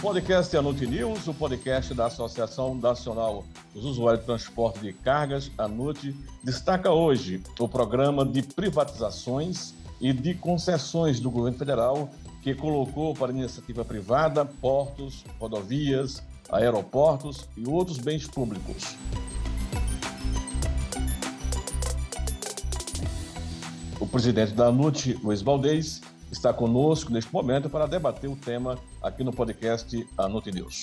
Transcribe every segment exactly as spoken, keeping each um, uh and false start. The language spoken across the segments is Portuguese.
podcast Anute News, o podcast da Associação Nacional dos Usuários de Transporte de Cargas, ANUT, destaca hoje o programa de privatizações e de concessões do governo federal, que colocou para iniciativa privada portos, rodovias, aeroportos e outros bens públicos. O presidente da ANUT, Luiz Valdez, está conosco neste momento para debater o tema aqui no podcast ANUT News.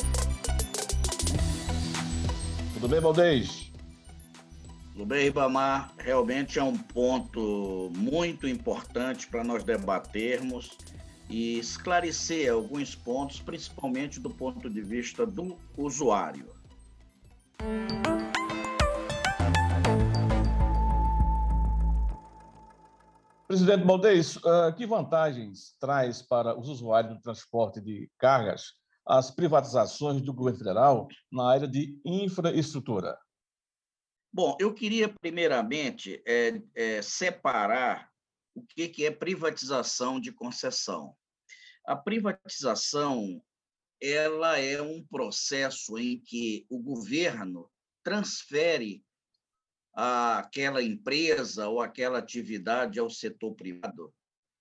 Tudo bem, Valdez? Tudo bem, Ribamar. Realmente é um ponto muito importante para nós debatermos e esclarecer alguns pontos, principalmente do ponto de vista do usuário. Presidente Valdez, uh, que vantagens traz para os usuários do transporte de cargas as privatizações do governo federal na área de infraestrutura? Bom, eu queria primeiramente é, é, separar o que, que é privatização de concessão. A privatização, ela é um processo em que o governo transfere aquela empresa ou aquela atividade ao setor privado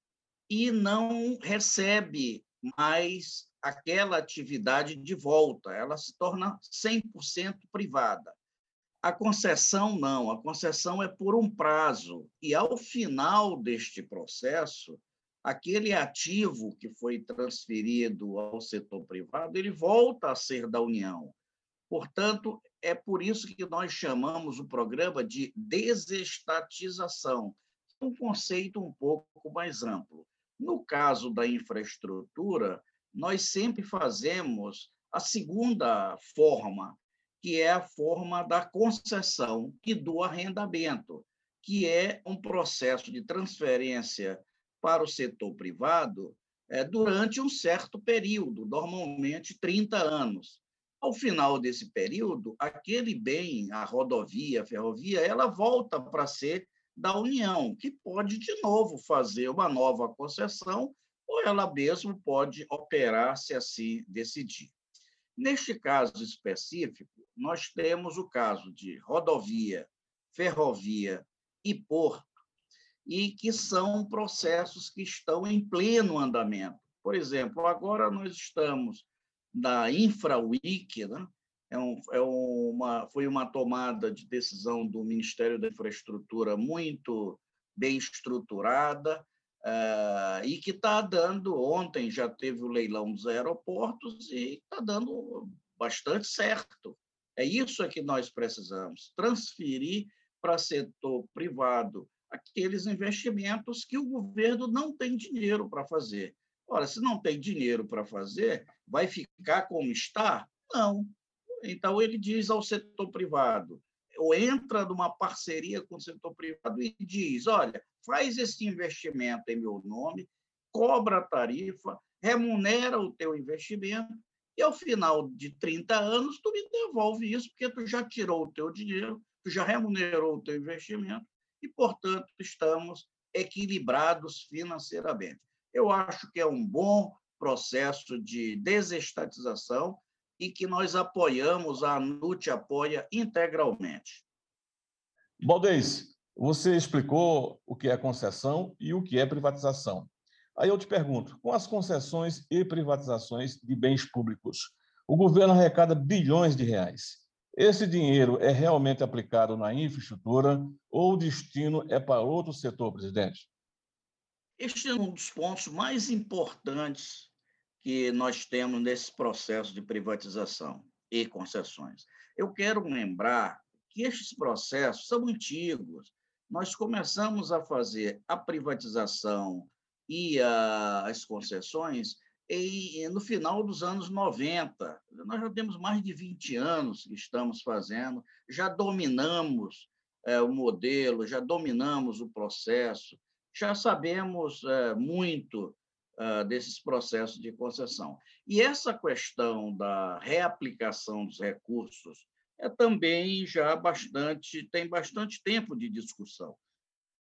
e não recebe mais aquela atividade de volta, ela se torna cem por cento privada. A concessão não, a concessão é por um prazo, e ao final deste processo, aquele ativo que foi transferido ao setor privado, ele volta a ser da União. Portanto, é por isso que nós chamamos o programa de desestatização, um conceito um pouco mais amplo. No caso da infraestrutura, nós sempre fazemos a segunda forma, que é a forma da concessão e do arrendamento, que é um processo de transferência para o setor privado é, durante um certo período, normalmente trinta anos. Ao final desse período, aquele bem, a rodovia, a ferrovia, ela volta para ser da União, que pode, de novo, fazer uma nova concessão, ou ela mesmo pode operar se assim decidir. Neste caso específico, nós temos o caso de rodovia, ferrovia e porto, e que são processos que estão em pleno andamento. Por exemplo, agora nós estamos da InfraWeek, né? é um, é uma, foi uma tomada de decisão do Ministério da Infraestrutura muito bem estruturada, uh, e que está dando, ontem já teve o leilão dos aeroportos e está dando bastante certo. É isso que nós precisamos, transferir para o setor privado aqueles investimentos que o governo não tem dinheiro para fazer. Ora, se não tem dinheiro para fazer, vai ficar como está? Não. Então, ele diz ao setor privado, ou entra numa parceria com o setor privado e diz, olha, faz esse investimento em meu nome, cobra a tarifa, remunera o teu investimento, e ao final de trinta anos, tu me devolve isso, porque tu já tirou o teu dinheiro, tu já remunerou o teu investimento, e, portanto, estamos equilibrados financeiramente. Eu acho que é um bom processo de desestatização e que nós apoiamos, a ANUT apoia integralmente. Valdez, você explicou o que é concessão e o que é privatização. Aí eu te pergunto, com as concessões e privatizações de bens públicos, o governo arrecada bilhões de reais. Esse dinheiro é realmente aplicado na infraestrutura ou o destino é para outro setor, presidente? Este é um dos pontos mais importantes que nós temos nesse processo de privatização e concessões. Eu quero lembrar que estes processos são antigos. Nós começamos a fazer a privatização e a, as concessões em, no final dos anos noventa. Nós já temos mais de vinte anos que estamos fazendo, já dominamos é, o modelo, já dominamos o processo, já sabemos é, muito uh, desses processos de concessão. E essa questão da reaplicação dos recursos é também já bastante, tem bastante tempo de discussão.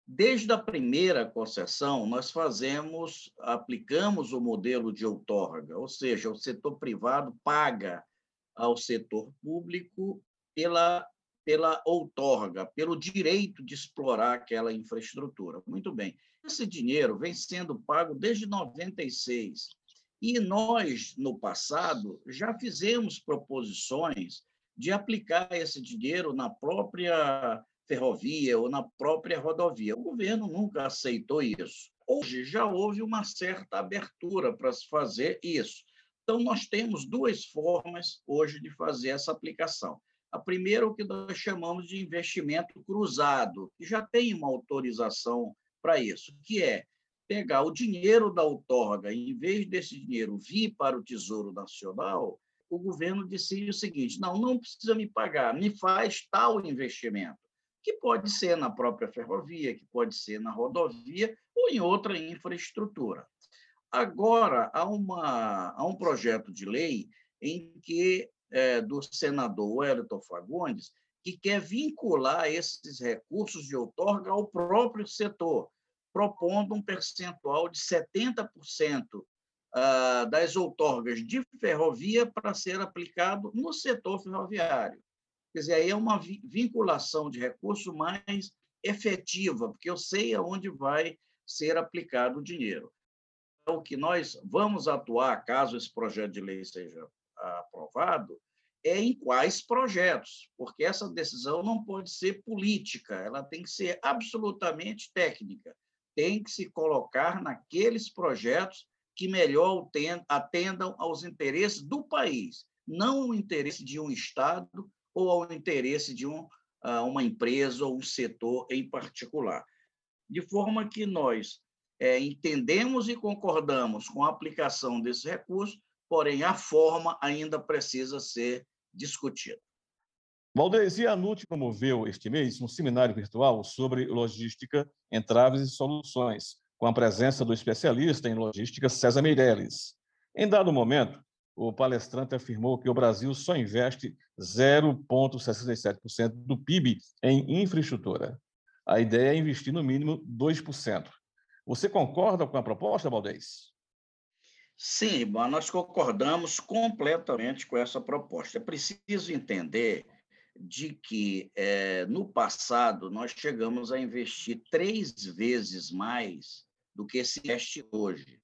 Desde a primeira concessão, nós fazemos, aplicamos o modelo de outorga, ou seja, o setor privado paga ao setor público pela, pela outorga, pelo direito de explorar aquela infraestrutura. Muito bem. Esse dinheiro vem sendo pago desde noventa e seis. E nós, no passado, já fizemos proposições de aplicar esse dinheiro na própria ferrovia ou na própria rodovia. O governo nunca aceitou isso. Hoje já houve uma certa abertura para se fazer isso. Então, nós temos duas formas hoje de fazer essa aplicação. A primeira é o que nós chamamos de investimento cruzado, que já tem uma autorização para isso, que é pegar o dinheiro da outorga, e, em vez desse dinheiro vir para o Tesouro Nacional, o governo decide o seguinte: não, não precisa me pagar, me faz tal investimento, que pode ser na própria ferrovia, que pode ser na rodovia ou em outra infraestrutura. Agora, há, uma, há um projeto de lei em que, é, do senador Wellington Fagundes, que quer vincular esses recursos de outorga ao próprio setor, propondo um percentual de setenta por cento das outorgas de ferrovia para ser aplicado no setor ferroviário. Quer dizer, aí é uma vinculação de recurso mais efetiva, porque eu sei aonde vai ser aplicado o dinheiro. O que nós vamos atuar, caso esse projeto de lei seja aprovado, é em quais projetos, porque essa decisão não pode ser política, ela tem que ser absolutamente técnica, tem que se colocar naqueles projetos que melhor atendam aos interesses do país, não ao interesse de um Estado ou ao interesse de um, uma empresa ou um setor em particular. De forma que nós é, entendemos e concordamos com a aplicação desses recursos, porém a forma ainda precisa ser discutida. Valdez, e a ANUT promoveu este mês um seminário virtual sobre logística, entraves e soluções, com a presença do especialista em logística César Meirelles. Em dado momento, o palestrante afirmou que o Brasil só investe zero vírgula sessenta e sete por cento do P I B em infraestrutura. A ideia é investir no mínimo dois por cento. Você concorda com a proposta, Valdez? Sim, nós concordamos completamente com essa proposta. É preciso entender de que, é, no passado, nós chegamos a investir três vezes mais do que se investe hoje.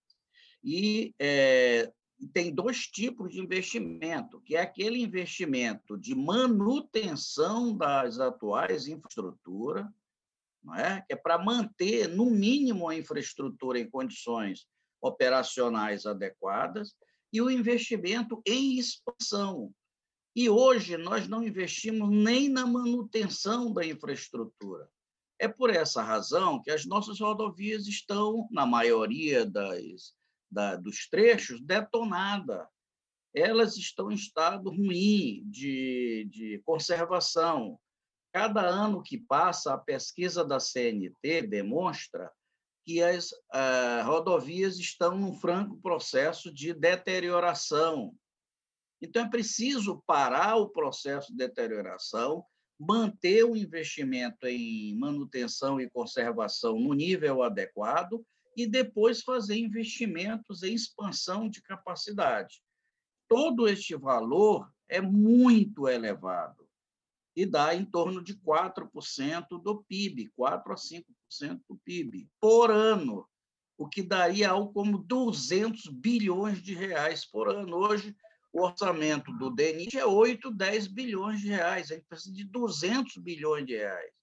E é, tem dois tipos de investimento, que é aquele investimento de manutenção das atuais infraestruturas, não é? Que é para manter, no mínimo, a infraestrutura em condições operacionais adequadas, e o investimento em expansão. E hoje nós não investimos nem na manutenção da infraestrutura. É por essa razão que as nossas rodovias estão, na maioria das, da, dos trechos, detonadas. Elas estão em estado ruim de, de conservação. Cada ano que passa, a pesquisa da C N T demonstra que as uh, rodovias estão num franco processo de deterioração. Então, é preciso parar o processo de deterioração, manter o investimento em manutenção e conservação no nível adequado e depois fazer investimentos em expansão de capacidade. Todo este valor é muito elevado e dá em torno de quatro por cento do P I B, quatro a cinco por cento do P I B, por ano, o que daria algo como duzentos bilhões de reais por ano. Hoje, o orçamento do D N I é oito, dez bilhões de reais, a gente precisa de duzentos bilhões de reais.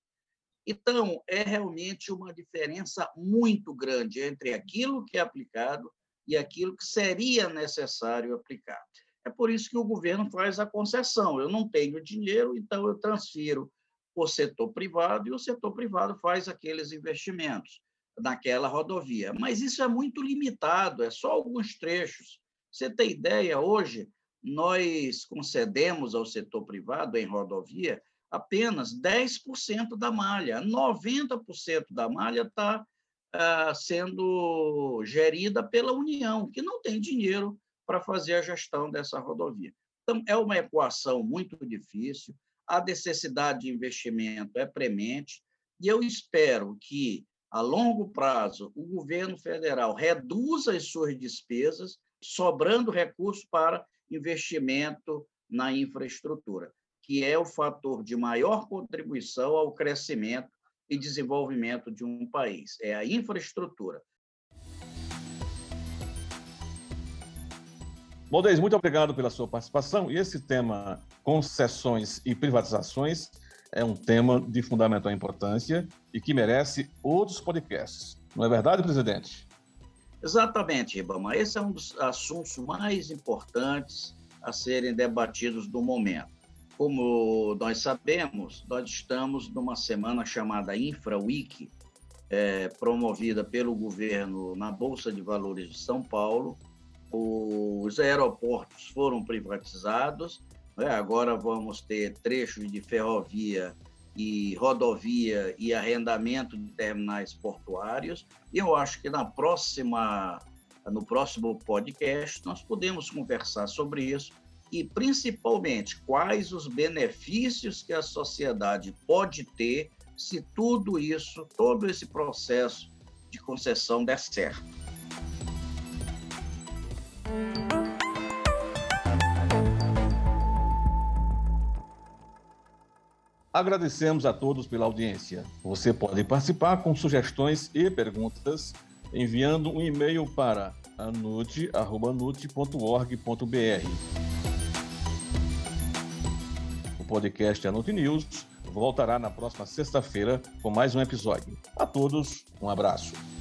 Então, é realmente uma diferença muito grande entre aquilo que é aplicado e aquilo que seria necessário aplicar. É por isso que o governo faz a concessão. Eu não tenho dinheiro, então eu transfiro para o setor privado e o setor privado faz aqueles investimentos naquela rodovia. Mas isso é muito limitado, é só alguns trechos. Você tem ideia, hoje nós concedemos ao setor privado em rodovia apenas dez por cento da malha. noventa por cento da malha está ah, sendo gerida pela União, que não tem dinheiro para fazer a gestão dessa rodovia. Então, é uma equação muito difícil, a necessidade de investimento é premente, e eu espero que a longo prazo, o governo federal reduz as suas despesas, sobrando recursos para investimento na infraestrutura, que é o fator de maior contribuição ao crescimento e desenvolvimento de um país. É a infraestrutura. Valdez, muito obrigado pela sua participação. E esse tema, concessões e privatizações, é um tema de fundamental importância e que merece outros podcasts. Não é verdade, presidente? Exatamente, Ribamar. Esse é um dos assuntos mais importantes a serem debatidos no momento. Como nós sabemos, nós estamos numa semana chamada InfraWeek, é, promovida pelo governo na Bolsa de Valores de São Paulo. Os aeroportos foram privatizados, né? Agora vamos ter trechos de ferrovia e rodovia e arrendamento de terminais portuários. E eu acho que na próxima, no próximo podcast nós podemos conversar sobre isso e, principalmente, quais os benefícios que a sociedade pode ter se tudo isso, todo esse processo de concessão der certo. Agradecemos a todos pela audiência. Você pode participar com sugestões e perguntas enviando um e-mail para anut arroba anut ponto org ponto br. O podcast Anut News voltará na próxima sexta-feira com mais um episódio. A todos, um abraço.